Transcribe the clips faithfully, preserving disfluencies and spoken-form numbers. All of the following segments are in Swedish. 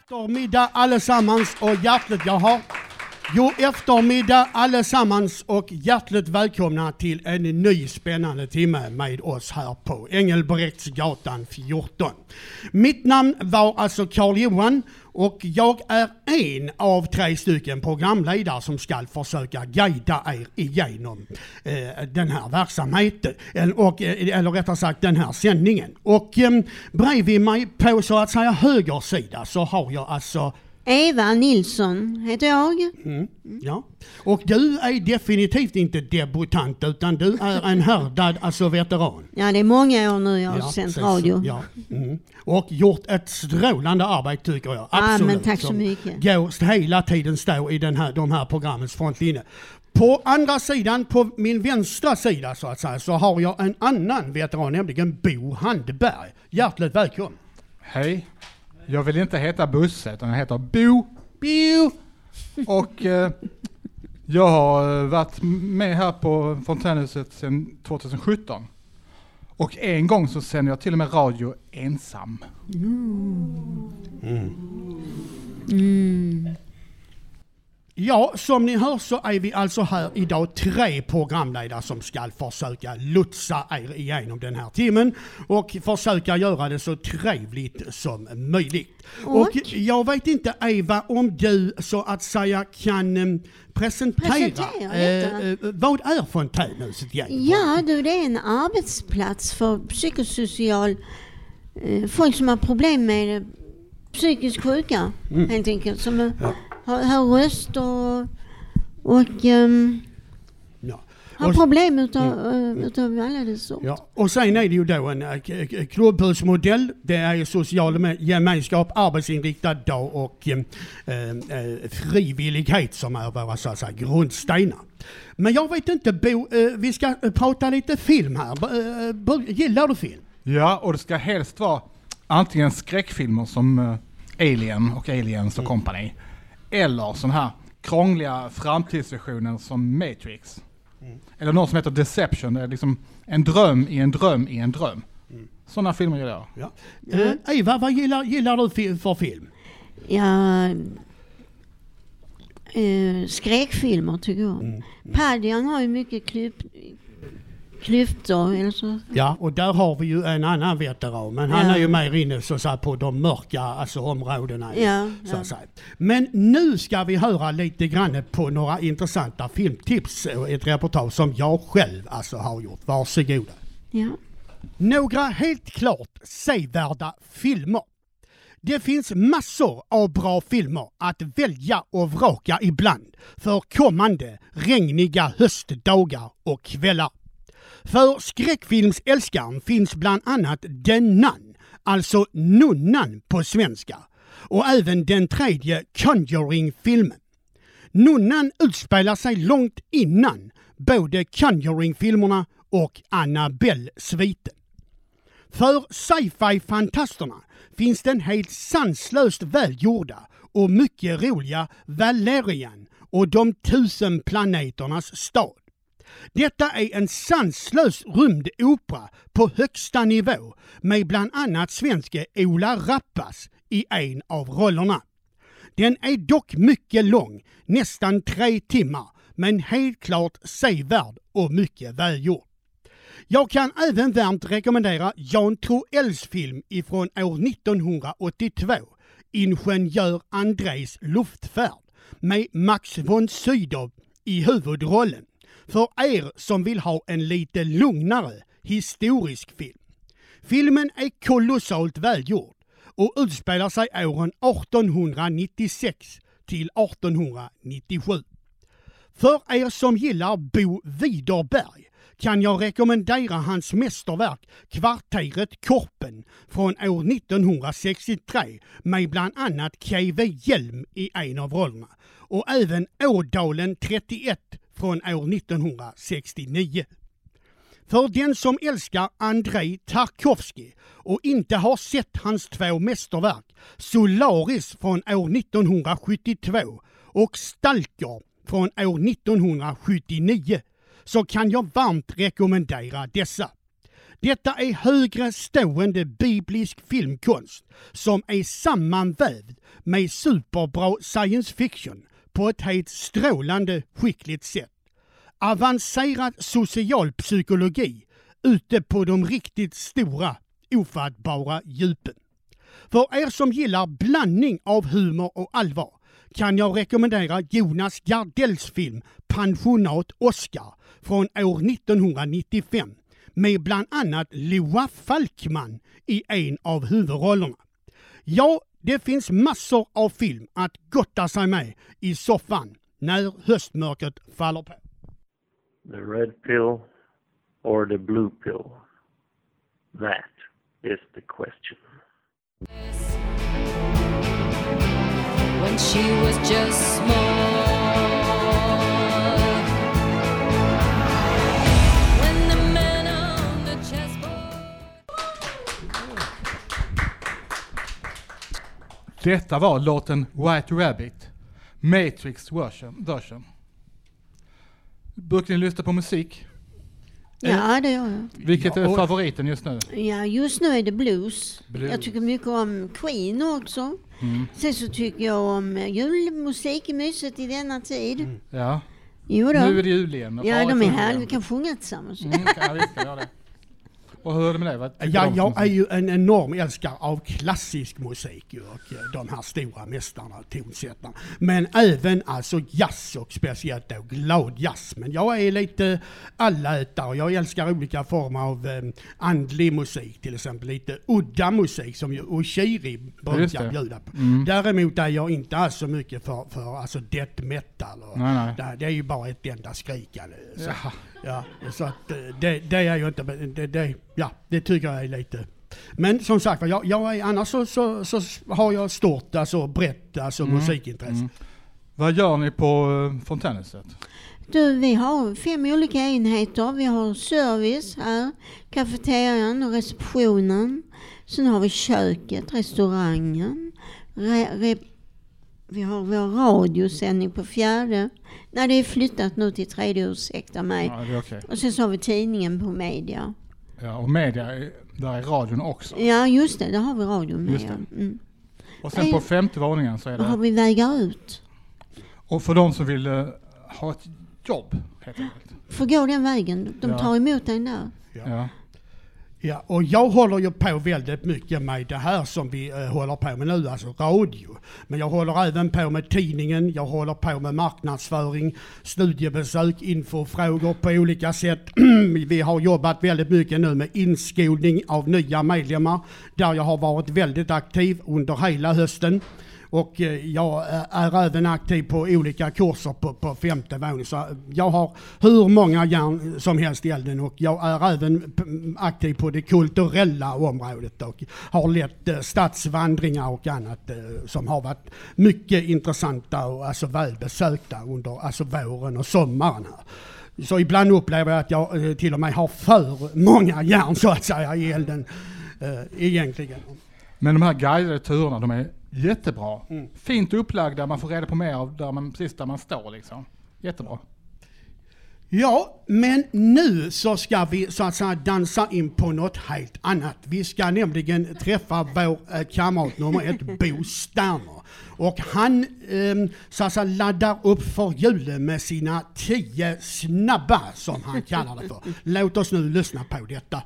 eftermiddag allesammans och hjärtligt, jaha. God eftermiddag allesammans och hjärtligt välkomna till en ny spännande timme med oss här på Engelbrektsgatan fjorton. Mitt namn var alltså Carl Johan och jag är en av tre stycken programledare som ska försöka guida er igenom eh, den här verksamheten, eller, och, eller rättare sagt den här sändningen. Och eh, bredvid mig på så att säga höger sida så har jag alltså Eva Nilsson heter jag. Mm, ja. Och du är definitivt inte debutant utan du är en härdad, alltså veteran. Ja, det är många år nu jag har ja, sänt radio. Ja. Mm. Och gjort ett strålande arbete tycker jag. Absolut. Ja, men tack så mycket. Går hela tiden stå i den här, de här programmens frontlinje. På andra sidan, på min vänstra sida så att säga, så har jag en annan veteran, nämligen Bo Handberg. Hjärtligt välkommen. Hej. Jag vill inte heta Busse utan jag heter Bo. Bo. Och eh, jag har varit med här på Fontänhuset sedan tjugohundrasjutton. Och en gång så sänder jag till och med radio ensam. Mm. Mm. Mm. Ja, som ni hör så är vi alltså här idag tre programledare som ska försöka lotsa er igenom den här timmen och försöka göra det så trevligt som möjligt. Och, och jag vet inte, Eva, om du så att säga kan um, presentera, presentera eh, vad är Fontänhuset egentligen? Ja, du, det är en arbetsplats för psykosocial eh, folk som har problem med psykiskt sjuka, mm. helt enkelt, som är, ja. har, har röst och, och um, ja. har och, problem utav, mm. uh, utav alla det sorter. Ja. Och sen är det ju då en uh, klubbhusmodell, det är ju social gemenskap, arbetsinriktad dag och um, uh, uh, frivillighet som är våra så att säga grundstenar. Men jag vet inte, Bo, uh, vi ska uh, prata lite film här. Uh, gillar du film? Ja, och det ska helst vara antingen skräckfilmer som uh, Alien och Aliens och mm. company. Eller sån här krångliga framtidsversioner som Matrix. Mm. Eller något som heter Deception. Det är liksom en dröm i en dröm i en dröm. Mm. Sådana filmer gillar jag. Ja. Mm. Uh, Eva, vad gillar, gillar du för film? Ja, uh, skräckfilmer tycker jag. Mm. Mm. Padjan har ju mycket klipp... klyftor eller så. Ja, och där har vi ju en annan veteran, men han ja. är ju mer inne så att säga, på de mörka alltså, områdena. Ja, så ja. att säga. Men nu ska vi höra lite grann på några intressanta filmtips och ett reportage som jag själv alltså har gjort. Varsågoda. Ja. Några helt klart sevärda filmer. Det finns massor av bra filmer att välja och vraka ibland för kommande regniga höstdagar och kvällar. För skräckfilmsälskaren finns bland annat Den Nun, alltså Nunnan på svenska, och även den tredje Conjuring-filmen. Nunnan utspelar sig långt innan både Conjuring-filmerna och Annabelle-sviten. För sci-fi-fantasterna finns den helt sanslöst välgjorda och mycket roliga Valerian och de tusen planeternas stad. Detta är en sanslös rymdopera på högsta nivå med bland annat svenske Ola Rappas i en av rollerna. Den är dock mycket lång, nästan tre timmar, men helt klart sevärd och mycket välgjord. Jag kan även varmt rekommendera Jan Troells film ifrån år nittonhundraåttiotvå, Ingenjör Andrés luftfärd, med Max von Sydow i huvudrollen. För er som vill ha en lite lugnare historisk film. Filmen är kolossalt välgjord och utspelar sig åren artonhundranittiosex till artonhundranittiosju. För er som gillar Bo Widerberg kan jag rekommendera hans mästerverk Kvarteret Korpen från år nittonhundrasextiotre med bland annat K V Hjelm i en av rollerna och även Ådalen trettioett från år nittonhundrasextionio. För den som älskar Andrei Tarkovsky och inte har sett hans två mästerverk Solaris från år nittonhundrasjuttiotvå och Stalker från år nittonhundrasjuttionio så kan jag varmt rekommendera dessa. Detta är högre stående biblisk filmkonst som är sammanvävd med superbra science fiction på ett helt strålande skickligt sätt. Avancerad socialpsykologi ute på de riktigt stora, ofattbara djupen. För er som gillar blandning av humor och allvar kan jag rekommendera Jonas Gardells film Pensionat Oscar från år nittonhundranittiofem med bland annat Loa Falkman i en av huvudrollerna. Ja, det finns massor av film att gotta sig med i soffan när höstmörkret faller på. The red pill or the blue pill? That is the question. When she was just small, when the man on the chessboard. Detta var låten White Rabbit, Matrix version. version. Brukar ni lyssna på musik? Ja, det gör jag. Vilket Ja, är och- favoriten just nu? Ja, just nu är det blues. Blues. Jag tycker mycket om Queen också. Mm. Sen så tycker jag om eh, julmusik i mysigt i denna tid. Mm. Ja, Jo då. nu är det jul igen. Ja, de är härliga. Vi kan sjunga tillsammans. Mm, ja, visst kan jag det. Och hur är det med dig? Vad tycker Ja, du om jag för är musik? ju en enorm älskare av klassisk musik ju, och eh, de här stora mästarna och tonsättarna. Men även alltså jazz och speciellt då glad jazz. Men jag är lite allätare. Jag älskar olika former av eh, andlig musik, till exempel lite udda musik som ju Oshiri Just brukar det. bjuda på. Mm. Däremot är jag inte alls så mycket för, för alltså death metal. Och Nej, nej. Det, det är ju bara ett enda skrikande. Så. Ja. Ja, så att eh, det, det är ju inte, det, det, ja, det tycker jag är lite. Men som sagt, jag, jag är, annars så, så, så har jag stort, alltså brett, alltså Mm. musikintresse. Mm. Vad gör ni på uh, Fontänhuset? Du, vi har fem olika enheter. Vi har service här, kafeterian och receptionen. Sen har vi köket, restaurangen. Re, re, vi har vår radiosändning på fjärde. Nej, det är flyttat nu till tredje, ursäkta mig. Ja, det är okej. Och sen så har vi tidningen på media. Ja, och media, är- där är radion också. Ja, just det. Där har vi radion med. Just det. Ja. Mm. Och sen på femte våningen så är Då har det... vi vägar ut. Och för de som vill uh, ha ett jobb, helt enkelt. Får gå den vägen. De Ja. tar emot en där. Ja. Ja, och jag håller ju på väldigt mycket med det här som vi eh, håller på med nu, alltså radio. Men jag håller även på med tidningen, jag håller på med marknadsföring, studiebesök, infofrågor på olika sätt. Vi har jobbat väldigt mycket nu med inskolning av nya medlemmar, där jag har varit väldigt aktiv under hela hösten. Och eh, jag är även aktiv på olika kurser på, på femte våningen. Så jag har hur många järn som helst i elden, och jag är även p- aktiv på det kulturella området och har lett eh, stadsvandringar och annat eh, som har varit mycket intressanta och alltså välbesökta under alltså våren och sommaren här. Så ibland upplever jag att jag eh, till och med har för många järn så att säga i elden eh, egentligen. Men de här guidade turerna, de är jättebra. Mm. Fint upplagda, man får reda på mer av där man, precis där man står liksom. Jättebra. Ja, men nu så ska vi så att säga dansa in på något helt annat. Vi ska nämligen träffa vår eh, kamrat nummer ett, Bo Sterner. Och han eh, så att säga laddar upp för julen med sina tio snabba, som han kallar det för. Låt oss nu lyssna på detta.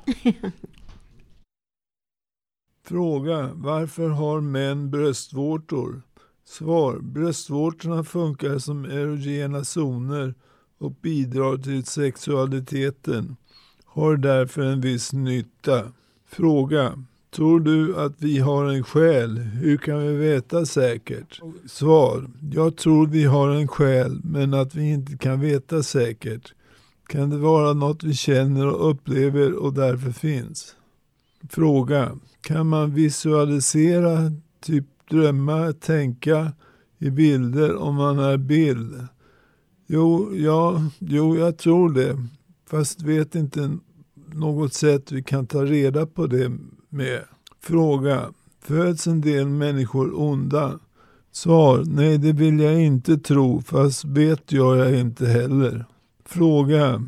Fråga: varför har män bröstvårtor? Svar: bröstvårtorna funkar som erogena zoner och bidrar till sexualiteten. Har därför en viss nytta. Fråga: tror du att vi har en själ? Hur kan vi veta säkert? Svar: jag tror vi har en själ, men att vi inte kan veta säkert. Kan det vara något vi känner och upplever och därför finns? Fråga: kan man visualisera, typ drömma, tänka i bilder om man är bild? Jo, ja, jo, jag tror det. Fast vet inte något sätt vi kan ta reda på det med. Fråga: föds en del människor onda? Svar: nej, det vill jag inte tro, fast vet jag, jag inte heller. Fråga: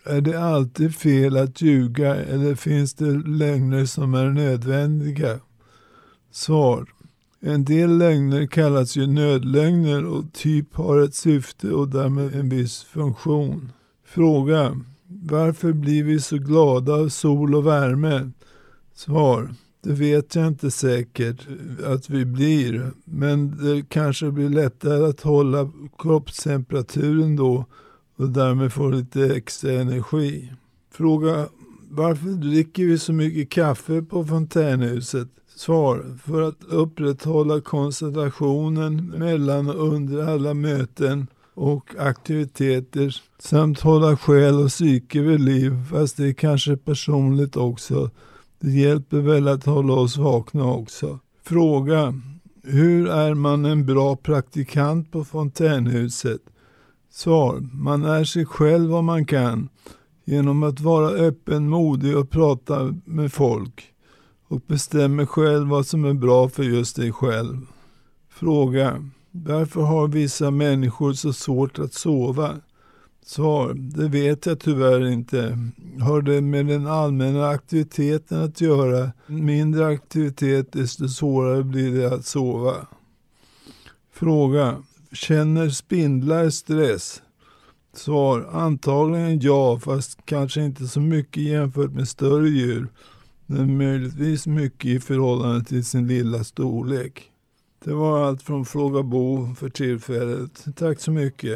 Är det alltid fel att ljuga eller finns det lögner som är nödvändiga? Svar. En del lögner kallas ju nödlögner och typ har ett syfte och därmed en viss funktion. Fråga. Varför blir vi så glada av sol och värme? Svar. Det vet jag inte säkert att vi blir, men det kanske blir lättare att hålla kroppstemperaturen då och därmed få lite extra energi. Fråga. Varför dricker vi så mycket kaffe på fontänhuset? Svar. För att upprätthålla koncentrationen mellan och under alla möten och aktiviteter samt hålla själ och psyke vid liv, fast det är kanske personligt också. Det hjälper väl att hålla oss vakna också. Fråga. Hur är man en bra praktikant på fontänhuset? Svar. Man är sig själv om man kan. Genom att vara öppen, modig och prata med folk. Och bestämmer själv vad som är bra för just dig själv. Fråga. Varför har vissa människor så svårt att sova? Svar. Det vet jag tyvärr inte. Har det med den allmänna aktiviteten att göra? Mindre aktivitet desto svårare blir det att sova. Fråga. Känner spindlar stress? Svar. Antagligen ja, fast kanske inte så mycket jämfört med större djur. Men möjligtvis mycket i förhållande till sin lilla storlek. Det var allt från Fråga Bo för tillfället. Tack så mycket.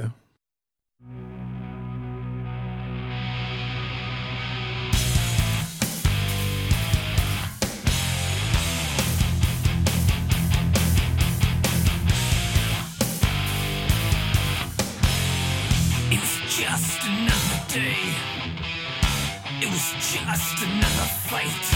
It was just another day. It was just another fight.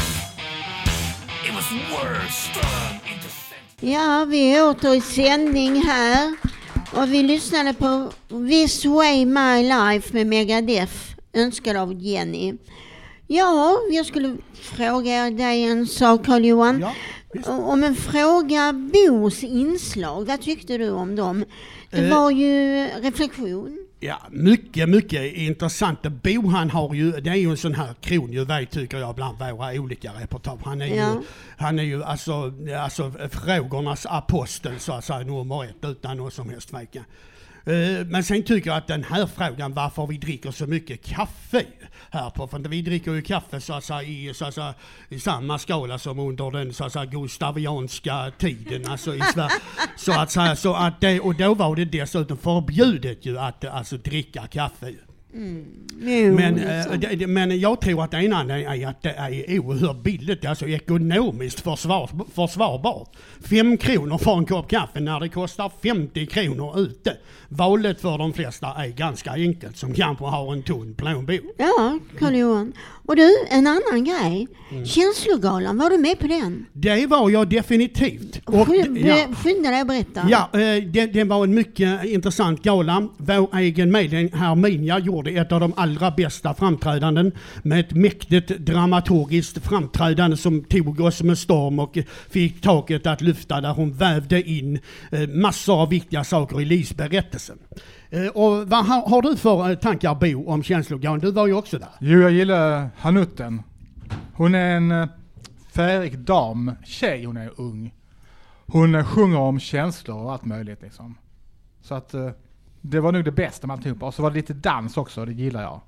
It was words strung into sense. Ja, vi är åter i sändning här och vi lyssnade på This Way My Life med Megadeth, önskad av Jenny. Ja, jag skulle fråga dig en sak, Carl-Johan. Ja, visst. Om en fråga Bos inslag, vad tyckte du om dem? Det Eh. var ju reflektion. Ja, mycket, mycket intressant. Bo, han har ju, det är ju en sån här kronjuvel tycker jag bland våra olika reportage. Han är Ja. ju, han är ju alltså, alltså frågornas apostel så att säga, nummer ett utan någon som helst tvekan. Uh, men sen tycker jag att den här frågan varför vi dricker så mycket kaffe här på, för vi dricker ju kaffe så att säga, i, så att säga, i samma skala som under den så att säga, gustavianska tiden alltså i Sverige. Så att säga, så att det, och då var det dessutom förbjudet ju att alltså, dricka kaffe. Mm. Jo, Men, liksom. eh, det, det, men jag tror att en annan är att det är oerhört billigt, alltså ekonomiskt försvar, försvarbart. Fem kronor för en kopp kaffe när det kostar femtio kronor ute. Valet för de flesta är ganska enkelt som kanske har en tunn plånbok. Ja, Carl-Johan. Och du, en annan grej. Mm. Känslogalan, var du med på den? Det var jag definitivt. Och, Sky- ja. Skynda dig att berätta. Ja, eh, det, det var en mycket intressant gala. Vår egen medlem Herminia gjorde ett av de allra bästa framträdanden med ett mäktigt dramaturgiskt framträdande som tog oss med storm och fick taket att lyfta, där hon vävde in eh, massor av viktiga saker i livsberättelsen. Eh, och vad har, har du för eh, tankar, Bo, om känslogalan? Du var ju också där. Jo, jag gillar Hanutten. Hon är en uh, färg dam, tjej, hon är ung. Hon uh, sjunger om känslor och allt möjligt liksom. Så att uh, det var nog det bästa med alltihop. Och så var det lite dans också, det gillar jag.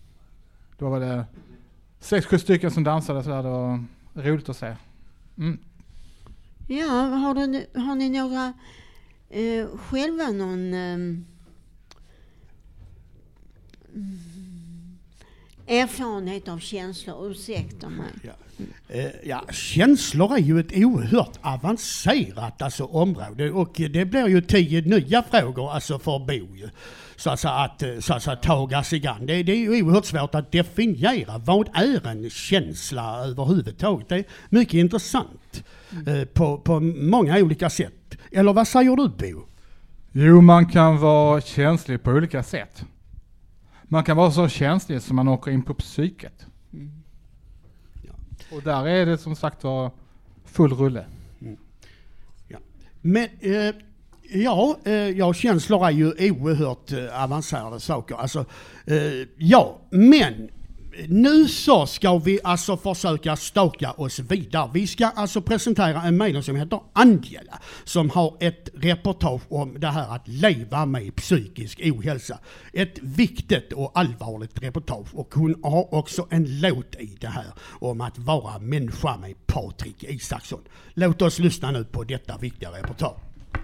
Då var det sex, sju stycken som dansade så där, det var roligt att se. Mm. Ja, har, du, har ni några eh, själva någon eh, erfarenhet av känslor? Ursäkta mig. Ja. Eh, ja, känslor är ju ett oerhört avancerat alltså, område och det blir ju tio nya frågor alltså, för Bo ju. Så att, att, så att, att taga sig an. Det, det är ju oerhört svårt att definiera vad är en känsla överhuvudtaget. Det är mycket intressant eh, på, på många olika sätt. Eller vad säger du, Bo? Jo, man kan vara känslig på olika sätt. Man kan vara så känslig som man åker in på psyket. Mm. Ja. Och där är det som sagt var full rulle. Mm. Ja. Men eh, Ja, eh, ja, känslor är ju oerhört eh, avancerade saker. Alltså, eh, ja, men nu så ska vi alltså försöka staka oss vidare. Vi ska alltså presentera en medlem som heter Angela som har ett reportage om det här att leva med psykisk ohälsa. Ett viktigt och allvarligt reportage, och hon har också en låt i det här om att vara människa med Patrik Isaksson. Låt oss lyssna nu på detta viktiga reportage.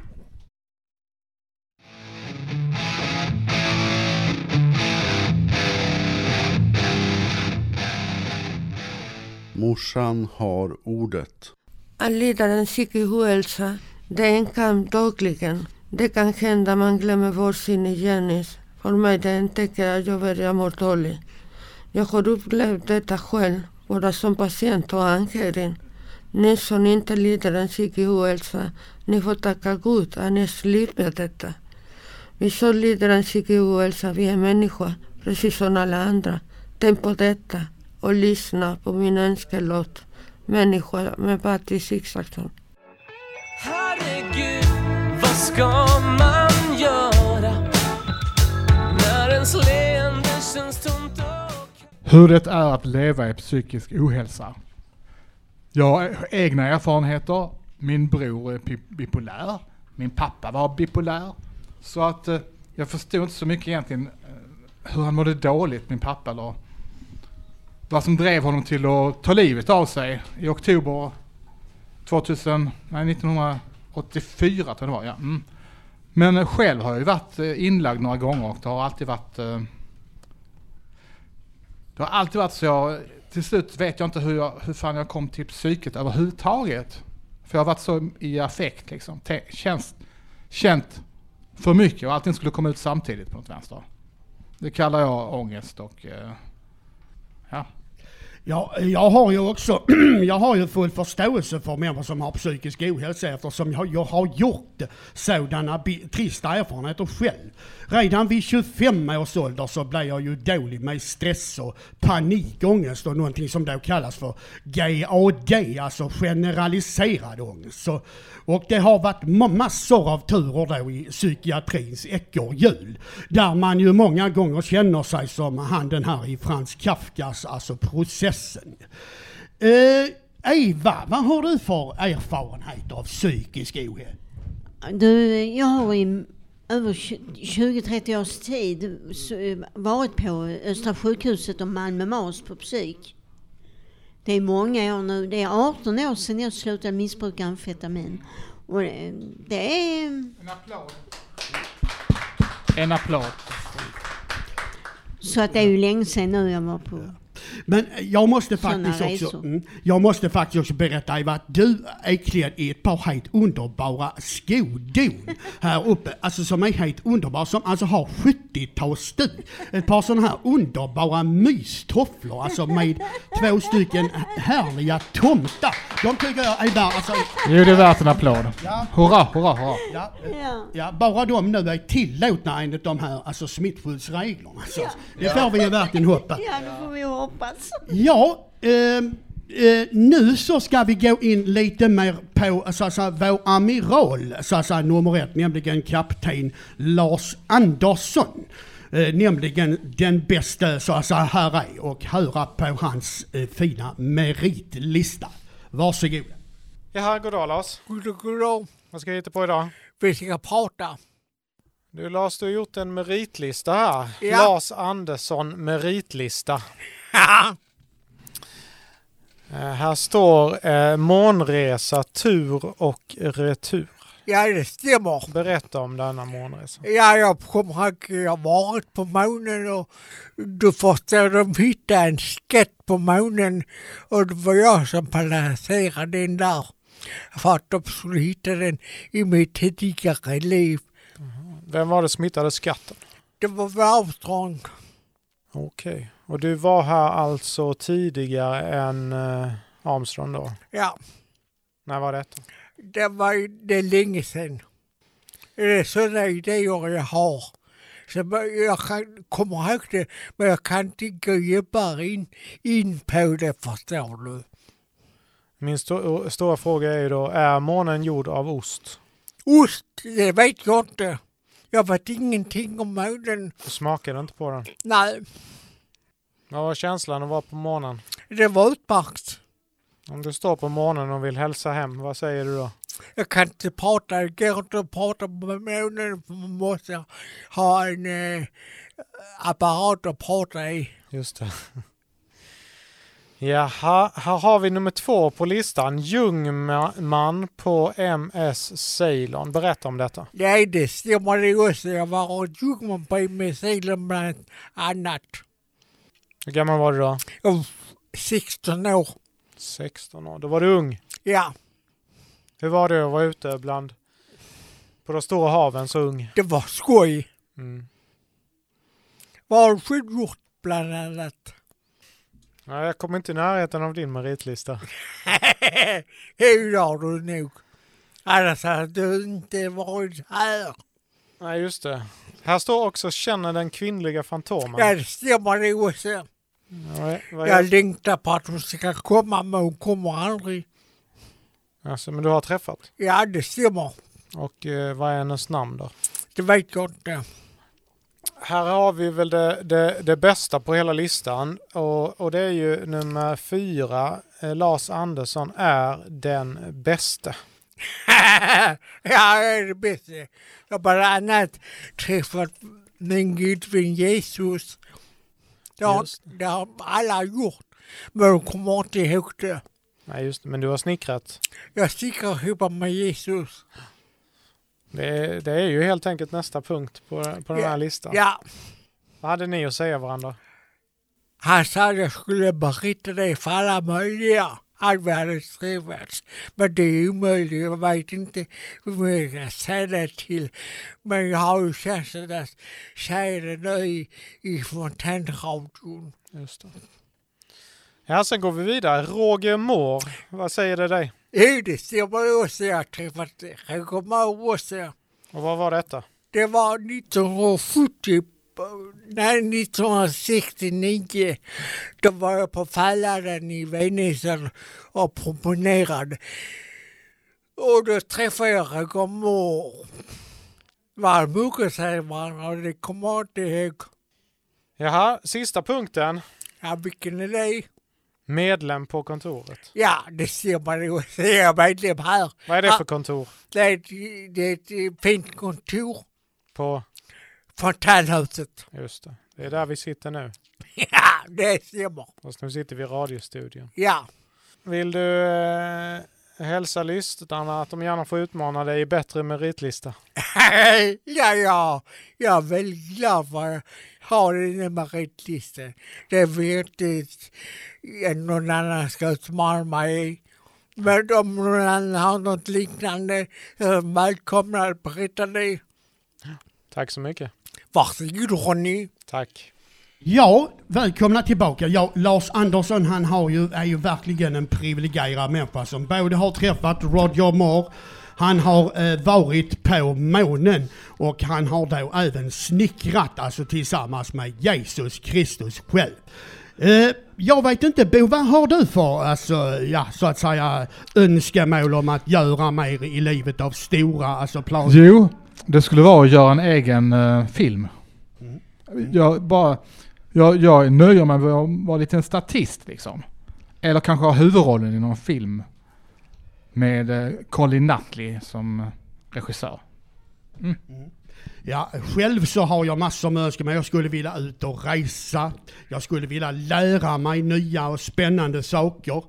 Morsan har ordet. Att lida den psykisk ohälsa, det är en kamp dagligen. Det kan hända man glömmer bort sin genis. För mig det är en tecken att jag börjar må dåligt. Jag har upplevt detta själv, både som patient och anhörig. Ni som inte lider den psykisk ohälsa, ni får tacka Gud att ni slipper detta. Vi som lider den psykisk ohälsa, vi är människor, precis som alla andra. Tänk på detta och lyssna på min önskelåt Människa med Patrik Isaksson. Herregud, vad ska man göra när ens leende känns tomt och... Hur det är att leva i psykisk ohälsa. Jag har egna erfarenheter. Min bror är bipolär. Min pappa var bipolär. Så att eh, jag förstod inte så mycket egentligen eh, hur han mådde dåligt, min pappa. Eller vad som drev honom till att ta livet av sig i oktober tvåtusen, nej, nittonhundraåttiofyra tror jag det var. Ja. Mm. Men själv har jag ju varit inlagd några gånger och det har alltid varit eh, det har alltid varit så jag, till slut vet jag inte hur, jag, hur fan jag kom till psyket överhuvudtaget. För jag har varit så i affekt liksom. T- känns, känt för mycket och allting skulle komma ut samtidigt på något vänster. Det kallar jag ångest och eh, ja. Ja, jag har ju också jag har ju full förståelse för människor som har psykisk ohälsa eftersom jag, jag har gjort sådana bi- trista erfarenheter själv. Redan vid tjugofem års ålder så blev jag ju dålig med stress och panikångest och någonting som då kallas för G A D, alltså generaliserad ångest. Så, och det har varit massor av turer då i psykiatrins ekorrhjul där man ju många gånger känner sig som han den här i Franz Kafkas, alltså processen. Eh, Eva, vad har du för erfarenhet av psykisk ohälsa? Du, jag har i över tjugo till trettio års tid varit på Östra sjukhuset och Malmö Mas på psyk. Det är många år nu. Det är arton år sedan jag slutade missbruka amfetamin. Och det, det är... En applåd. En applåd. Så att det är ju länge sedan nu jag var på... Men jag måste faktiskt också, mm, jag måste faktiskt också berätta Eva, att du är klädd i ett par helt underbara skodon här uppe, alltså som är helt underbara, som alltså har sjuttio-talsstil. Ett par sådana här underbara mystofflor, alltså med två stycken härliga tomtar. De tycker jag är där, alltså... Jo, det är värt en applåd. Ja. Hurra, hurra, hurra. Ja, Ja. ja, bara de nu är tillåtna enligt de här alltså smittskyddsreglerna. Så det får vi ju verkligen hoppas. Ja, det får vi hoppas. Ja, eh, eh, nu så ska vi gå in lite mer på så att säga, vår amiral, så att säga, nummer ett, nämligen kapten Lars Andersson. Eh, nämligen den bästa så att säga här är, och höra på hans eh, fina meritlista. Varsågod. Ja, goddag Lars. God goddag. Vad ska jag hitta på idag? Vi ska prata. Du Lars, du har gjort en meritlista här. Ja. Lars Andersson meritlista. eh, här står eh, månresa, tur och retur. Ja, det stämmer. Berätta om denna månresa. Ja, jag kommer ihåg jag har varit på månen och du förstår, de hittade en skatt på månen och det var jag som placerade den där för att de skulle hitta den i mitt tidigare liv. Vem var det som hittade skatten? Det var Armstrong. Okej. Okay. Och du var här alltså tidigare än eh, Armstrong då? Ja. När var det? Det var det är länge sedan. Det är sådana idéer jag har. Så jag kan, kommer ihåg det, men jag kan inte gå djupare in, in på det, förstår du. Min sto- stora fråga är ju då, är månen gjord av ost? Ost, det vet jag inte. Jag vet ingenting om månen. Du smakade inte på den? Nej. Vad var känslan att vara på månen? Det var utmärkt. Om du står på månen och vill hälsa hem, vad säger du då? Jag kan inte prata, det går inte att prata på månen. Man måste ha en eh, apparat att prata i. Just det. Jaha, här har vi nummer två på listan. Ljungman på M S Ceylon. Berätta om detta. Nej, det stämmer det också. Jag var Ljungman på M S Ceylon bland annat. Hur gammal var du då? Jag var sexton år. sexton år. Då var du ung. Ja. Hur var det att vara ute bland på de stora haven så ung? Det var skoj. Mm. Vad har du själv gjort bland annat? Ja, jag kommer inte i närheten av din meritlista. Hur har du nog? Annars hade du inte varit här. Nej, just det. Här står också känna den kvinnliga fantomen. Ja, det stämmer det också. Ja, vad jag är... längtar på att hon ska komma, men hon kommer aldrig. Alltså, men du har träffat? Ja, det stämmer. Och eh, vad är hennes namn då? Det vet jag inte. Här har vi väl det, det, det bästa på hela listan. Och, och det är ju nummer fyra. Eh, Lars Andersson är den bästa. Ja, jag är det bästa. Jag har bland annat träffat min gudvän Jesus. Det har, det har alla gjort. Men de kommer inte ihåg det. Nej, just det. Men du har snickrat. Jag snickrar ihop med Jesus. Det är, det är ju helt enkelt nästa punkt på, på den ja, här listan. Ja. Vad hade ni att säga varandra? Han sa att jag skulle berätta det för alla möjliga. Allt vi hade träffats. Men det är omöjligt. Jag vet inte hur jag ska säga det till. Men jag har ju chansen att säga det nu i, i Fontänradion. Just det. Ja, sen går vi vidare. Roger Moore. Vad säger det dig? Ja, det stämmer också. Jag har träffat Roger Moore också. Och vad var detta? Det var nittonhundrasjuttio. Nej, nittonhundrasextionio. Då var jag på Fallaren i Venezia och promenerade. Och då träffade jag Roger Moore. Var mycket säger varandra och det kommer jag inte ihåg. Jaha, sista punkten. Ja, vilken är det? Medlem på kontoret. Ja, det ser man ju. Jag är medlem här. Vad är det för kontor? Det är ett, det är ett fint kontor. På? Fontänhuset. Just det. Det är där vi sitter nu. Ja, det stämmer. Och nu sitter vi i radiostudion. Ja. Vill du eh, hälsa lyssnarna att de gärna får utmana dig i bättre meritlista? ja, ja. Jag är väldigt glad för att ha den i meritlistan. Det vet inte någon annan ska utmana mig i. Men om någon annan har något liknande så är de välkomna att berätta det. Tack så mycket. Varsågod Ronny. Tack. Ja, välkomna tillbaka. Ja, Lars Andersson han har ju, är ju verkligen en privilegierad människa som både har träffat Roger Moore, han har eh, varit på månen och han har då även snickrat alltså tillsammans med Jesus Kristus själv. Eh, jag vet inte Bo, vad har du för alltså, ja, så att säga önskemål om att göra mer i livet av stora alltså planer? Jo, det skulle vara att göra en egen uh, film. Mm. Jag bara jag, jag nöjer mig med att vara lite en statist liksom. Eller kanske ha huvudrollen i någon film med uh, Colin Nutley som regissör. Mm. Mm. Ja, själv så har jag massor med önskemål. Jag skulle vilja ut och resa. Jag skulle vilja lära mig nya och spännande saker.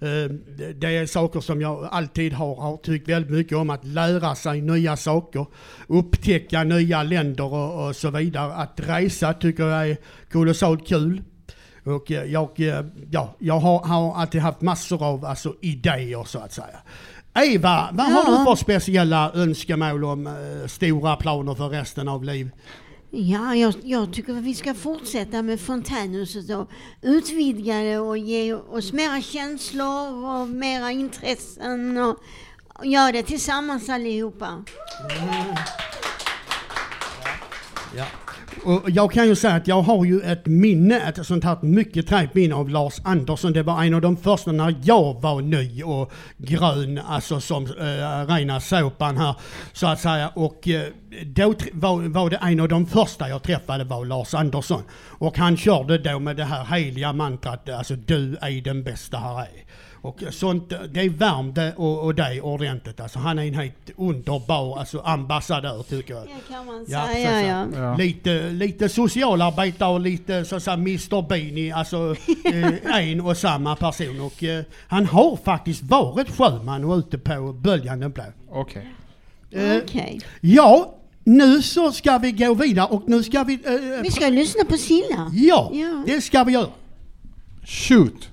Det är saker som jag alltid har, har tyckt väldigt mycket om. Att lära sig nya saker. Upptäcka nya länder och, och så vidare. Att resa tycker jag är kolossalt kul. Och jag, ja, jag har, har alltid haft massor av alltså, idéer så att säga. Eva, vad ja. har du för speciella önskemål om uh, stora planer för resten av livet? Ja, jag, jag tycker att vi ska fortsätta med Fontänhuset och utvidga det och ge oss mera känslor och mera intressen och, och göra det tillsammans allihopa. Mm. Ja. Och jag kan ju säga att jag har ju ett minne, ett sånt här mycket trevligt minne av Lars Andersson. Det var en av de första när jag var ny och grön, alltså som äh, rena såpan här så att säga. Och äh, då var, var det en av de första jag träffade var Lars Andersson. Och han körde då med det här heliga mantrat, alltså du är den bästa här är. Och sånt, det värmde och, och det ordentligt. Alltså, han är en helt underbar alltså, ambassadör tycker jag. Det kan man ja, säga, ja. Ja. Lite, lite socialarbetare och lite så att säga mister Beanie, alltså eh, en och samma person. Och eh, han har faktiskt varit sjöman och ute på Böljande blå. Okej. Eh, Okej. Ja, nu så ska vi gå vidare och nu ska vi... Eh, Vi ska lyssna på Silla. ja, Ja. det ska vi göra. Shoot!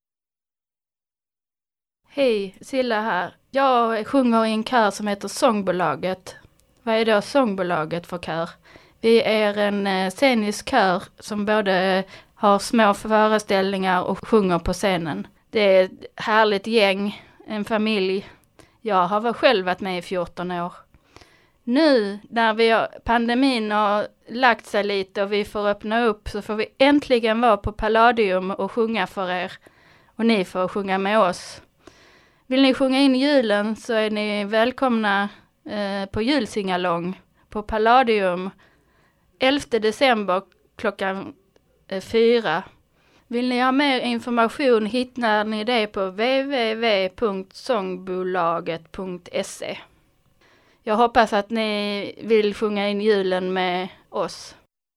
Hej, Silla här. Jag sjunger i en kör som heter Sångbolaget. Vad är då Sångbolaget för kör? Vi är en eh, scenisk kör som både har små föreställningar och sjunger på scenen. Det är ett härligt gäng, en familj. Jag har väl själv varit med i fjorton år. Nu när vi har, pandemin har lagt sig lite och vi får öppna upp så får vi äntligen vara på Palladium och sjunga för er. Och ni får sjunga med oss. Vill ni sjunga in julen så är ni välkomna eh, på julsingalong på Palladium elfte december klockan eh, fyra. Vill ni ha mer information hittar ni det på w w w punkt sångbolaget punkt se. Jag hoppas att ni vill sjunga in julen med oss.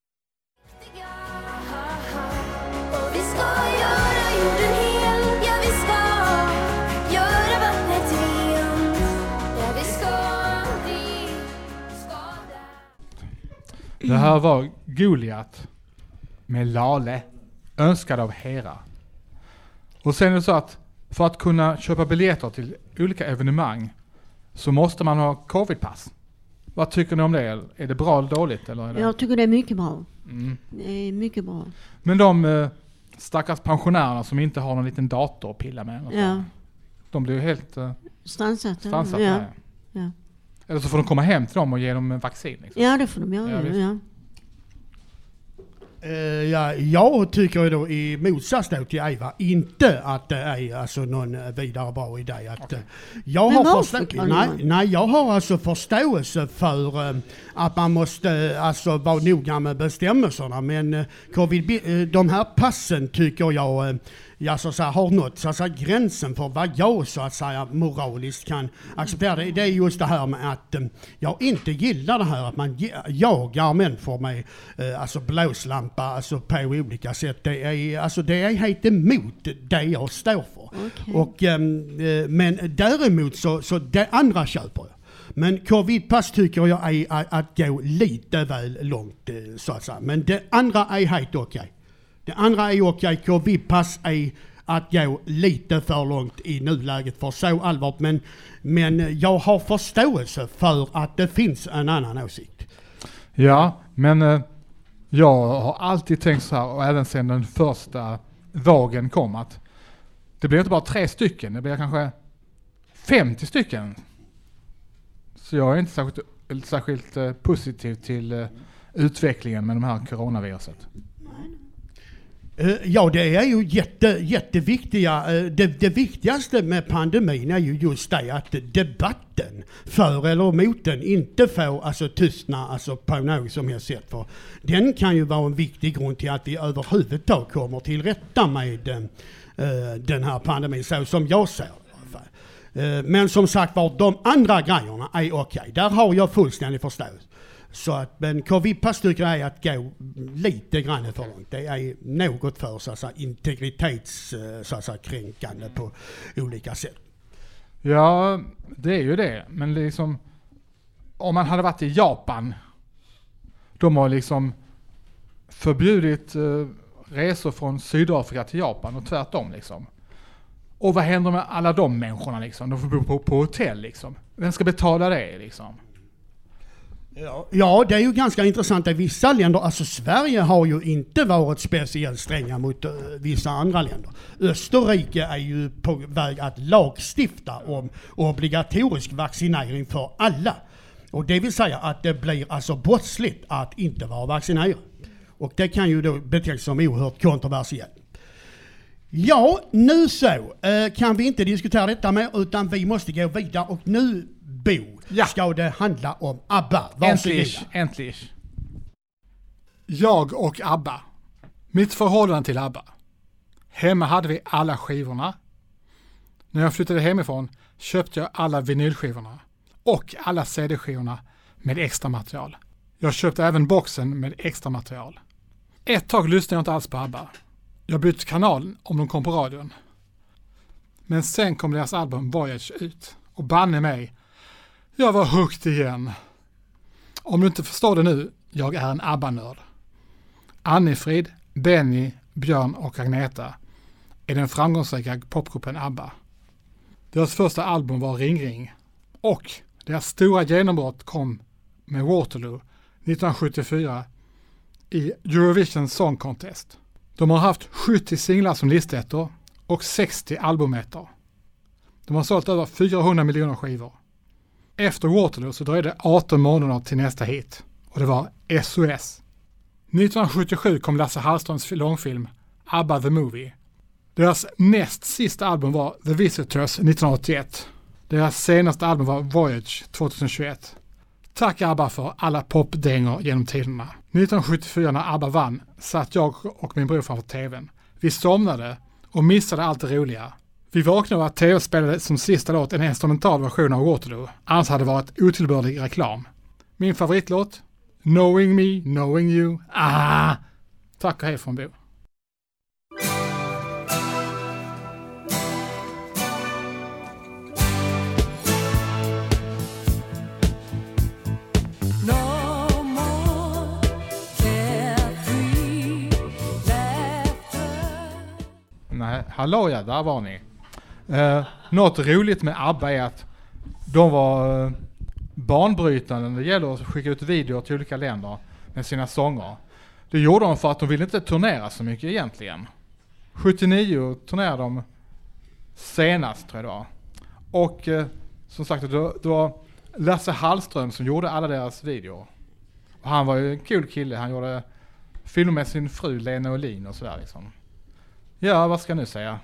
Vi ska göra jorden hel, ja vi ska göra vattnet rent, ja vi ska aldrig skada. Det här var Goliat med Lale, önskad av Hera. Och sen är det så att för att kunna köpa biljetter till olika evenemang så måste man ha covidpass. Vad tycker ni om det? Är det bra eller dåligt? Eller är det... Jag tycker det är mycket bra. Mm. Det är mycket bra. Men de eh, stackars pensionärerna som inte har någon liten dator att pilla med. Och Ja. de blir ju helt eh, Strandsatta. strandsatta. Ja. Ja. Ja. Eller så får de komma hem till dem och ge dem en vaccin. Liksom. Ja, det får de göra. Ja, visst. Ja. Uh, ja, jag tycker då i motsats då till Eva inte att det är alltså någon vidare bra idé. Att, Okay. uh, jag, Men har varför, förstå- Carl nej, Johan? nej, jag har alltså förståelse för uh, att man måste uh, alltså vara noga med bestämmelserna. Men uh, covid, uh, de här passen tycker jag uh, ja, så att säga, har nått så att säga, gränsen för vad jag så att säga moraliskt kan acceptera. Det, det är just det här med att um, jag inte gillar det här att man ge- jagar människor med uh, alltså blåslampa alltså på olika sätt. Det är, alltså, det är helt emot det jag står för. Okej. Och, um, uh, men däremot så, så det andra köper jag. Men covidpass tycker jag är att, att gå lite väl långt uh, så att säga. Men det andra är helt okej. Okay. Det andra är okej, covidpass är att gå lite för långt i nuläget för så allvarligt. Men, men jag har förståelse för att det finns en annan åsikt. Ja, men eh, jag har alltid tänkt så här, och även sedan den första vågen kom, att det blir inte bara tre stycken, det blir kanske femtio stycken. Så jag är inte särskilt, särskilt eh, positiv till eh, utvecklingen med de här coronaviruset. Uh, ja, det är ju jätte, jätteviktiga. Uh, det, det viktigaste med pandemin är ju just det att debatten för eller emot den inte får alltså, tystna alltså, på något som helst sätt. För den kan ju vara en viktig grund till att vi överhuvudtaget kommer till rätta med uh, den här pandemin så som jag ser det. Uh, men som sagt var, de andra grejerna är okej. Okay. Där har jag fullständig förståelse. Så att, men covidpass tycker jag är att gå lite grann för långt. Det är något för så att säga, integritets så att säga, kränkande på olika sätt. Ja, det är ju det. Men liksom, om man hade varit i Japan, de har liksom förbjudit eh, resor från Sydafrika till Japan och tvärtom liksom. Och vad händer med alla de människorna liksom? De får bo på, på hotell liksom. Vem ska betala det liksom? Ja, ja, det är ju ganska intressant i vissa länder. Alltså Sverige har ju inte varit speciellt stränga mot uh, vissa andra länder. Österrike är ju på väg att lagstifta om obligatorisk vaccinering för alla. Och det vill säga att det blir alltså brottsligt att inte vara vaccinerad. Och det kan ju då betecknas som oerhört kontroversiellt. Ja, nu så eh, kan vi inte diskutera detta mer utan vi måste gå vidare och nu, Bo, ja. ska det handla om ABBA. Äntligen, äntligen. Jag och ABBA. Mitt förhållande till ABBA. Hemma hade vi alla skivorna. När jag flyttade hemifrån köpte jag alla vinylskivorna och alla C D-skivorna med extra material. Jag köpte även boxen med extra material. Ett tag lyssnade jag inte alls på ABBA. Jag bytte kanal om de kom på radion. Men sen kom deras album Voyage ut. Och banne mig, jag var hooked igen. Om du inte förstår det nu, jag är en ABBA-nörd. Annifrid, Benny, Björn och Agneta är den framgångsrika popgruppen ABBA. Deras första album var Ring Ring. Och deras stora genombrott kom med Waterloo nittonhundrasjuttiofyra i Eurovision Song Contest. De har haft sjuttio singlar som listettor och sextio albumettor. De har sålt över fyrahundra miljoner skivor. Efter Waterloo så dröjde arton månader till nästa hit och det var S O S. nittonhundrasjuttiosju kom Lasse Hallströms långfilm ABBA the Movie. Deras näst sista album var The Visitors nittonhundraåttioett. Deras senaste album var Voyage tjugohundratjugoett. Tack ABBA för alla popdängor genom tiderna. nittonhundrasjuttiofyra när ABBA vann satt jag och min bror framför tvn. Vi somnade och missade allt det roliga. Vi vaknade av att tv spelade som sista låt en instrumental version av Waterloo. Annars hade det varit otillbörlig reklam. Min favoritlåt? Knowing Me, Knowing You. Ah! Tack och hej från Bo. Nej, hallå ja, där var ni. Eh, något roligt med ABBA är att de var eh, banbrytande när det gäller att skicka ut videor till olika länder med sina sånger. Det gjorde de för att de ville inte turnera så mycket egentligen. sjuttionio turnerade de senast tror jag det var. Och eh, som sagt, det, det var Lasse Hallström som gjorde alla deras videor. Och han var ju en kul kille, han gjorde filmer med sin fru Lena Olin och sådär liksom. Ja, vad ska jag nu säga?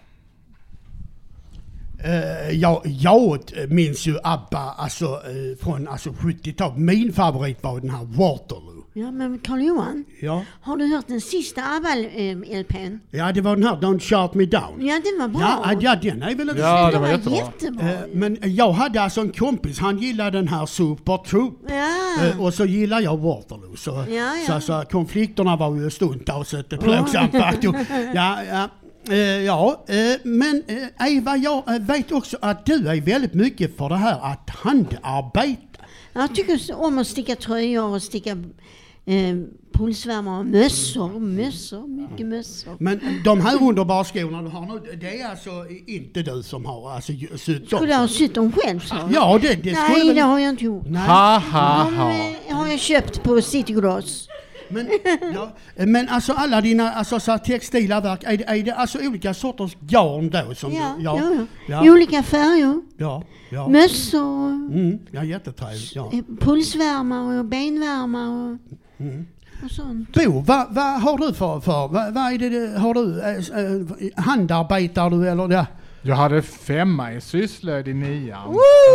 Uh, ja, jag minns ju ABBA alltså, uh, från alltså, sjuttiotalet. Min favorit var den här Waterloo. Ja, men Carl-Johan, ja. Har du hört den sista ABBA-L P:n? Ja, det var den här Don't Shout Me Down. Ja, den var bra. Ja, ja den är väl inte ja, så. det var jättebra. jättebra. Uh, men jag hade alltså en kompis, han gillade den här Super Troop. Ja. Uh, och så gillar jag Waterloo. Så, ja, ja. så alltså, konflikterna var ju stundtals ett plågsamt faktor. Ja, ja. Uh, ja, uh, men uh, Eva, jag uh, vet också att du är väldigt mycket för det här att handarbeta. Jag tycker om att sticka tröjor och sticka eh, pulsvärmare och mössor. Mössor, mycket mössor. Men de här underbara skorna du har nu, det är alltså inte du som har alltså, sytt dem? Skulle jag ha sytt dem själv så? Ja, det, det skulle Nej, väl... det har jag inte gjort. Nej. Ha, ha, ha. De har jag köpt på Citygross. Men, ja, men alltså alla dina alltså, så här, textila verk, är det, är det alltså olika sorters garn då? Som Ja, du, ja, ja. ja. I olika färger. Ja, ja. Mössor. Mm, ja, jättetrevligt. Ja. Pulsvärmare och benvärmare och, mm. och sånt. Bo, vad va har du för, för vad va är det, har du, äh, handarbetar du eller det? Jag hade femma i sysslöjd i nian.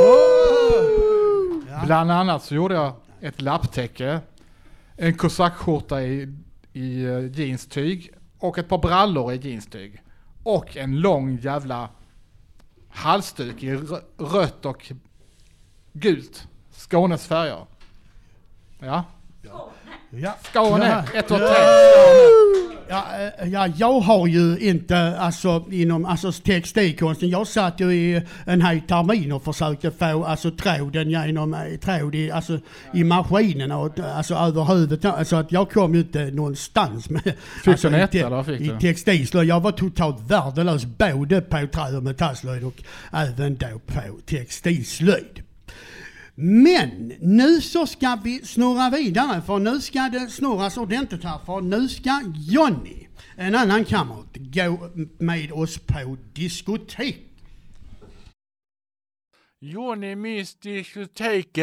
Ja. Bland annat så gjorde jag ett lapptäcke, en kosackskjorta i, i uh, jeanstyg och ett par brallor i jeanstyg. Och en lång jävla halsduk i rö- rött och gult. Skånes färger. Ja. Ja. Skåne, Ja. ett och tre. Ja, ja, jag har ju inte alltså inom alltså textilkonsten. Jag satt ju i en hel termin och försökte få alltså tråden genom tråd i alltså i maskinen och alltså över huvudet. Alltså att jag kom ju inte någonstans med fick alltså, du i, netta, eller fick i du? textilslöjd. Jag var totalt värdelös både på trä- och metallslöjd och även då på textilslöjd. Men nu så ska vi snurra vidare, för nu ska det snurras ordentligt här, för nu ska Johnny, en annan kamrat, gå med oss på diskotek. Johnny minns diskoteket,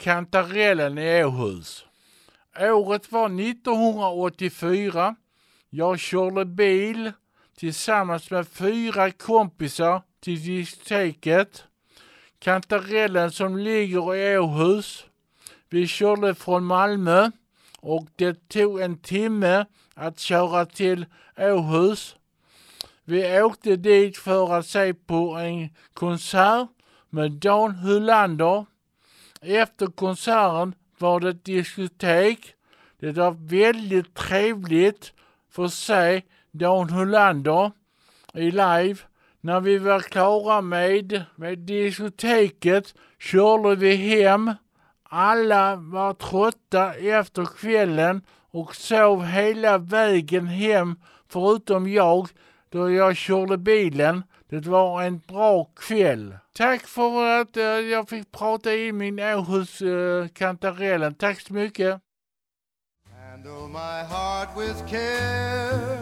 Kantarellen i Åhus. Året var nittonhundraåttiofyra. Jag körde bil tillsammans med fyra kompisar till diskoteket. Kantarellen som ligger i Åhus. Vi körde från Malmö och det tog en timme att köra till Åhus. Vi åkte dit för att se på en konsert med Dan Hylander. Efter konserten var det ett diskotek. Det var väldigt trevligt för att se Dan Hylander i live. När vi var klara med, med diskoteket körde vi hem. Alla var trötta efter kvällen och sov hela vägen hem förutom jag då jag körde bilen. Det var en bra kväll. Tack för att uh, jag fick prata i min Åhus uh, Kantarellen. Tack så mycket. Handle my heart with care.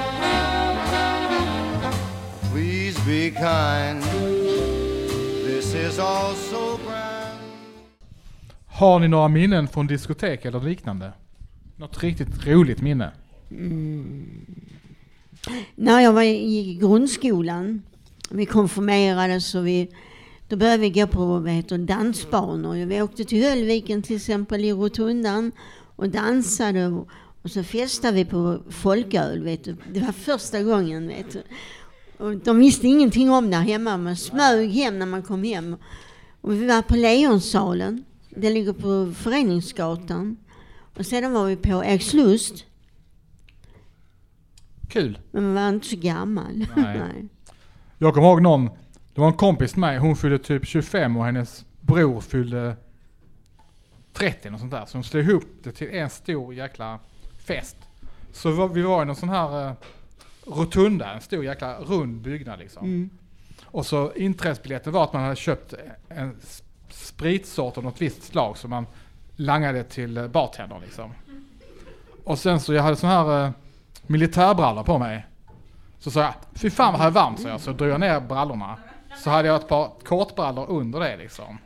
Please be kind. This is all so grand. Har ni några minnen från diskotek eller liknande? Något riktigt roligt minne? Mm. När jag var i grundskolan, vi konfirmerades och vi, då började vi gå på vad heter, dansbanor. Vi åkte till Höllviken till exempel i Rotundan och dansade och, och så festade vi på folköl. Vet du. Det var första gången. Vet du. Och de visste ingenting om där hemma. Man smög hem när man kom hem. Och vi var på Leonsalen. Det ligger på Föreningsgatan. Och sedan var vi på Erikslust. Kul. Men man var inte så gammal. Nej. Nej. Jag kommer ihåg någon, det var en kompis med mig, hon fyllde typ tjugofem och hennes bror fyllde trettio och sånt där. Så de slog ihop det till en stor jäkla fest. Så vi var, vi var i någon sån här uh, rotunda, en stor jäkla rund byggnad liksom. Mm. Och så inträdesbiljetten var att man hade köpt en spritsort av något visst slag som man langade till bartender liksom. Och sen så jag hade sån här uh, militärbrallor på mig. Så sa jag, fy fan vad här är varmt, så jag. Så drog jag ner brallorna. Så hade jag ett par kortbrallor under det liksom.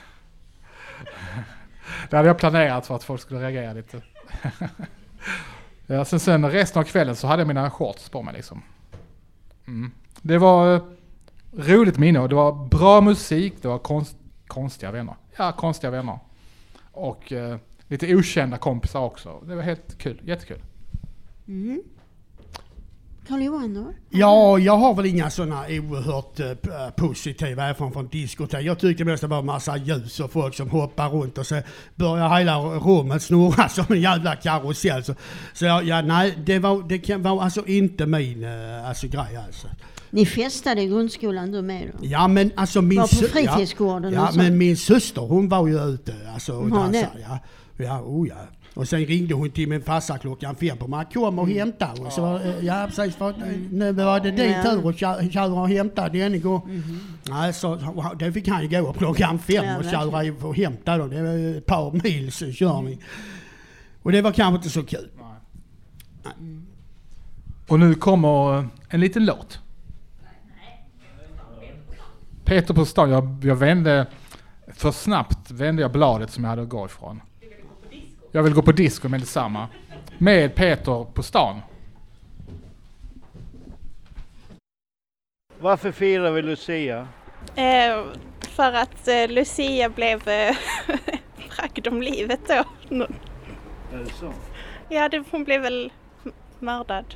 Det hade jag planerat för att folk skulle reagera lite. Ja, sen, sen resten av kvällen så hade jag mina shorts på mig liksom. Mm. Det var uh, roligt minne och det var bra musik. Det var konst, konstiga vänner. Ja, konstiga vänner. Och uh, lite okända kompisar också. Det var helt kul, jättekul. Mm. Carl-Johan då? Ja, jag har väl inga sådana oerhört uh, positiva erfarenheter från diskotek. Jag tyckte mest det var massa ljus och folk som hoppar runt och så börjar hela rummet snurra som en jävla karusell. Så, så ja, nej, det var, det var alltså inte min uh, alltså, grej alltså. Ni festade i grundskolan du med då? Ja, men alltså min... Var på fritidsgården Ja, och ja så. men min syster, hon var ju ute alltså, och Ja, dansade. Ja, ja, oh ja. Och sen ringde hon till min farsa klockan fem på man kom och hämta. Och så var, ja, precis. För, nu var det din tur att köra, köra och hämta den gång. Mm-hmm. Nej, så det fick han ju gå upp klockan fem ja, och köra och hämta dem. Det var ett par mils körning. Mm. Och det var kanske inte så kul. Nej. Nej. Och nu kommer en liten låt. Peter på stan, jag, jag vände för snabbt vände jag bladet som jag hade att gå ifrån. Jag vill gå på disco med detsamma. Med Peter på stan. Varför firar vi Lucia? Eh, för att eh, Lucia blev eh, bragd om livet då. Är det så? Ja, det, hon blev väl mördad.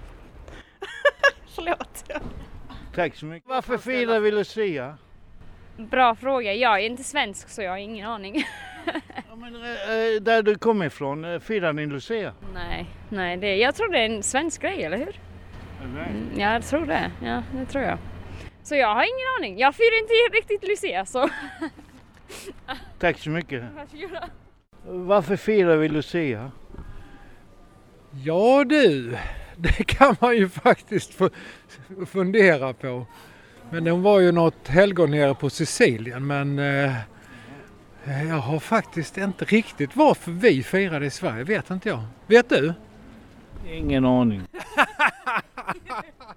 Förlåt. Ja. Tack så mycket. Varför firar vi Lucia? Bra fråga. Jag är inte svensk så jag har ingen aning. Ja, men, äh, där du kommer ifrån, firar ni Lucia? Nej, nej det, jag tror det är en svensk grej, eller hur? Mm, ja, jag tror det. Ja, det tror jag. Så jag har ingen aning. Jag firar inte riktigt Lucia, så... Tack så mycket. Varsågoda. Varför firar vi Lucia? Ja du, det kan man ju faktiskt fundera på. Men den var ju något helgon nere på Sicilien, men eh, jag har faktiskt inte riktigt varför vi firade i Sverige, vet inte jag. Vet du? Ingen aning.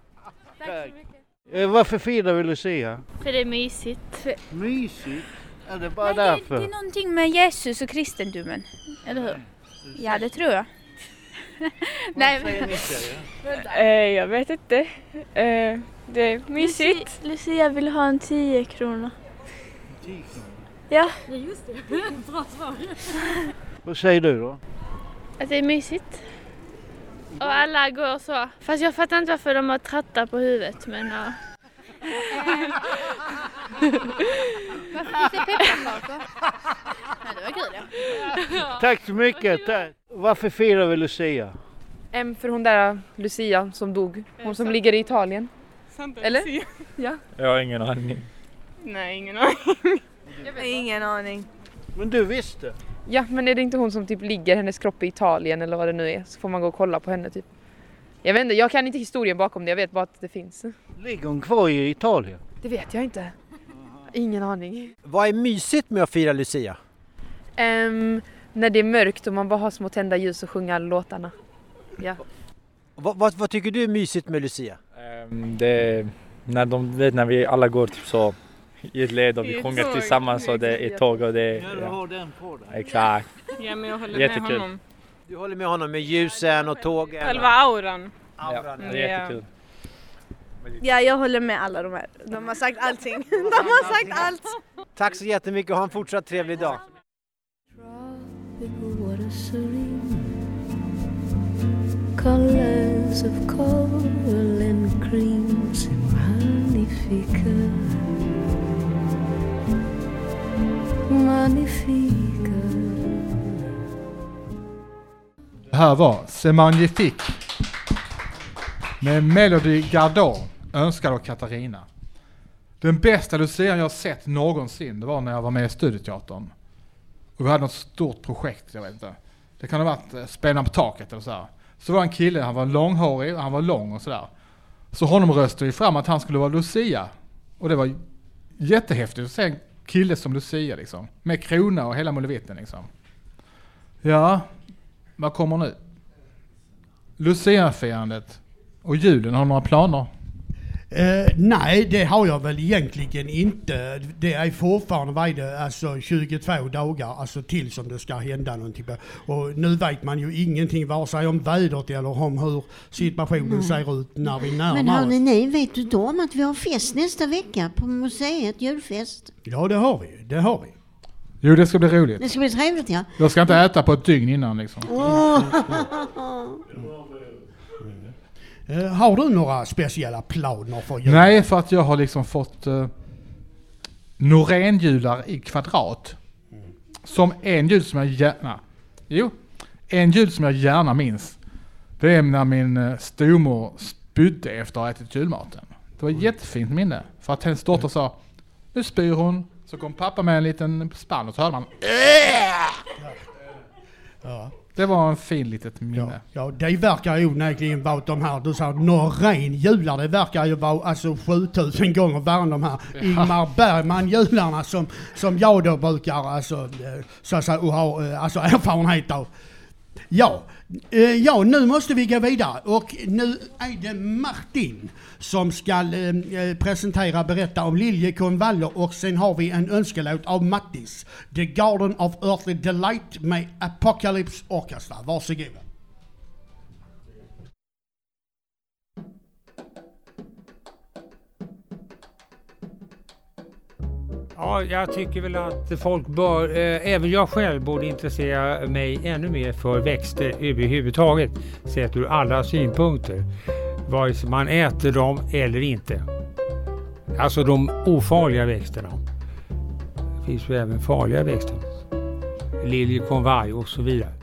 Tack så mycket. Eh, varför firar vi Lucia? För det är mysigt. Mysigt? Är det bara Nej, därför? Det, det är någonting med Jesus och kristendomen. Eller hur? Ja, det tror jag. Nej, säger ni, Sverige? Eh, jag vet inte. Eh, det är mysigt. Lucia, Lucia vill ha en tio kronor. tio kronor? Ja. Ja, just det. Bra svar. Vad säger du då? Att det är mysigt. Och alla går så. Fast jag fattar inte varför de har trattar på huvudet. Men ja. Varför finns det pepparkakor? Nej, det var kul, ja. Tack så mycket. Tack. Varför firar vi Lucia? Em för hon där Lucia som dog. Hon som ligger i Italien. Santa Eller? Lucia. Ja. Jag har ingen aning. Nej, ingen aning. Jag har ingen aning. Men du visste? Ja, men är det inte hon som typ ligger hennes kropp i Italien eller vad det nu är? Så får man gå och kolla på henne typ. Jag vet inte, jag kan inte historien bakom det. Jag vet bara att det finns. Ligger hon kvar i Italien? Det vet jag inte. Ingen aning. Vad är mysigt med att fira Lucia? Um, när det är mörkt och man bara har små tända ljus och sjunga låtarna. Ja. Vad, vad, vad tycker du är mysigt med Lucia? Um, det när de vet när vi alla går typ så i ett led och vi sjunger tåg. Tillsammans och det är tåg och det Ja, du har den på dig. Exakt. Ja, men jag håller Jättekul. med honom. Du håller med honom med ljusen och tågen? Själva auran. Ja, det är jättekul. Ja, jag håller med alla de här. De har sagt allting. De har sagt allt. Tack så jättemycket och ha en fortsatt trevlig dag. Colors of coral and creams magnifica, magnifica. Det här var C'est Magnifique med Melody Gardot, önskad av Katarina. Den bästa Lucian jag har sett någonsin, det var när jag var med i Studieteatern. Och vi hade något stort projekt, jag vet inte. Det kan ha varit Spänna på taket eller så här. Så var en kille, han var långhårig och han var lång och sådär. Så honom röstade vi fram att han skulle vara Lucia. Och det var jättehäftigt att se en kille som Lucia liksom. Med krona och hela mullevitten liksom. Ja, vad kommer nu? Lucia-firandet och julen, har några planer? Uh, nej, det har jag väl egentligen inte. Det är fortfarande vad är det, alltså tjugotvå dagar alltså till som det ska hända någonting. Och nu vet man ju ingenting vare sig om vädret eller om hur situationen mm. ser ut när vi närmar Men hörni, oss. nej, vet du då om att vi har fest nästa vecka på museet, julfest? Ja, det har vi. Det har vi. Jo, det ska bli roligt. Det ska bli trevligt, ja. Jag ska inte äta på ett dygn innan liksom. Oh. Uh, har du några speciella planer för jul? Nej, för att jag har liksom fått uh, Norén-jular i kvadrat. Mm. Som en jul som jag gärna... Jo, en jul som jag gärna minns. Det är när min uh, stormor spydde efter att ha ätit julmaten. Det var ett mm. jättefint minne. För att hennes dotter sa, nu spyr hon. Så kom pappa med en liten spann och så hörde man... Ja. Det var en fin litet minne. Ja, ja, det verkar ju onekligen vara de här, du sa Norén-jular, det verkar ju vara alltså sjutusen gånger värre än de här ja. Ingmar Bergman-jularna som, som jag då brukar alltså, så att säga, ha alltså, erfarenhet av. Ja, ja, nu måste vi gå vidare och nu är det Martin som ska eh, presentera, berätta om Liljekonvallo och sen har vi en önskelåt av Mattis, The Garden of Earthly Delight med Apocalypse Orchestra. Varsågod. Ja, jag tycker väl att folk bör, eh, även jag själv borde intressera mig ännu mer för växter överhuvudtaget, sett ur alla synpunkter. Vare sig man äter dem eller inte. Alltså de ofarliga växterna. Det finns ju även farliga växter. Liljekonvallo och så vidare.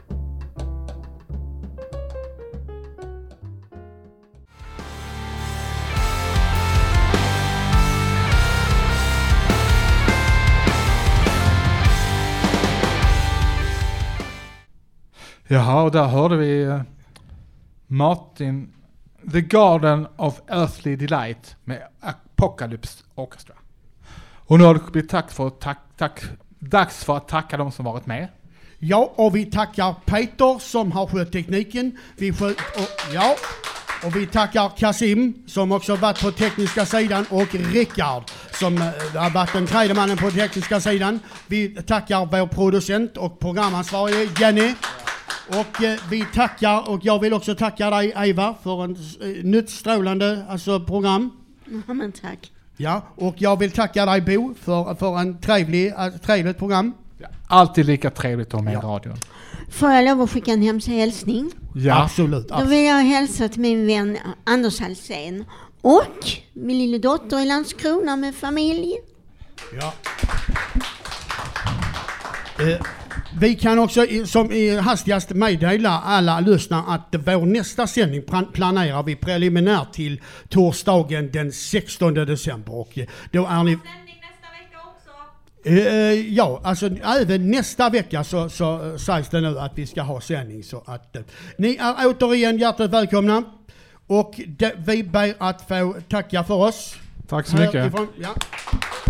Jaha, och där hörde vi uh, Martin, The Garden of Earthly Delight med Apocalypse Orchestra. Och nu har det blivit tack för, tack, tack, dags för att tacka de som varit med. Ja, och vi tackar Peter som har skött tekniken. Vi skött, och, ja, Och vi tackar Kasim som också varit på tekniska sidan och Rickard som eh, har varit den tredje mannen på tekniska sidan. Vi tackar vår producent och programansvarige Jenny. Och eh, vi tackar, och jag vill också tacka dig Eva för en eh, nytt strålande alltså, program. Ja, men tack. Ja, och jag vill tacka dig Bo för, för en trevlig, äh, trevligt program. Alltid lika trevligt att ha med ja. radion. Får jag lov att skicka en hemsk hälsning? Ja, absolut. Då vill jag hälsa till min vän Anders Halsén och min lilla dotter i Landskrona med familj. Ja. Eh, vi kan också i, som i hastigast meddela alla lyssnare att vår nästa sändning planerar vi preliminärt till torsdagen den sextonde december. Och då är ni... Uh, ja, alltså även nästa vecka så, så sägs det nu att vi ska ha sändning. Så att uh, ni är återigen hjärtligt välkomna. Och de, vi ber att få tacka för oss. Tack så mycket. Ifrån, ja.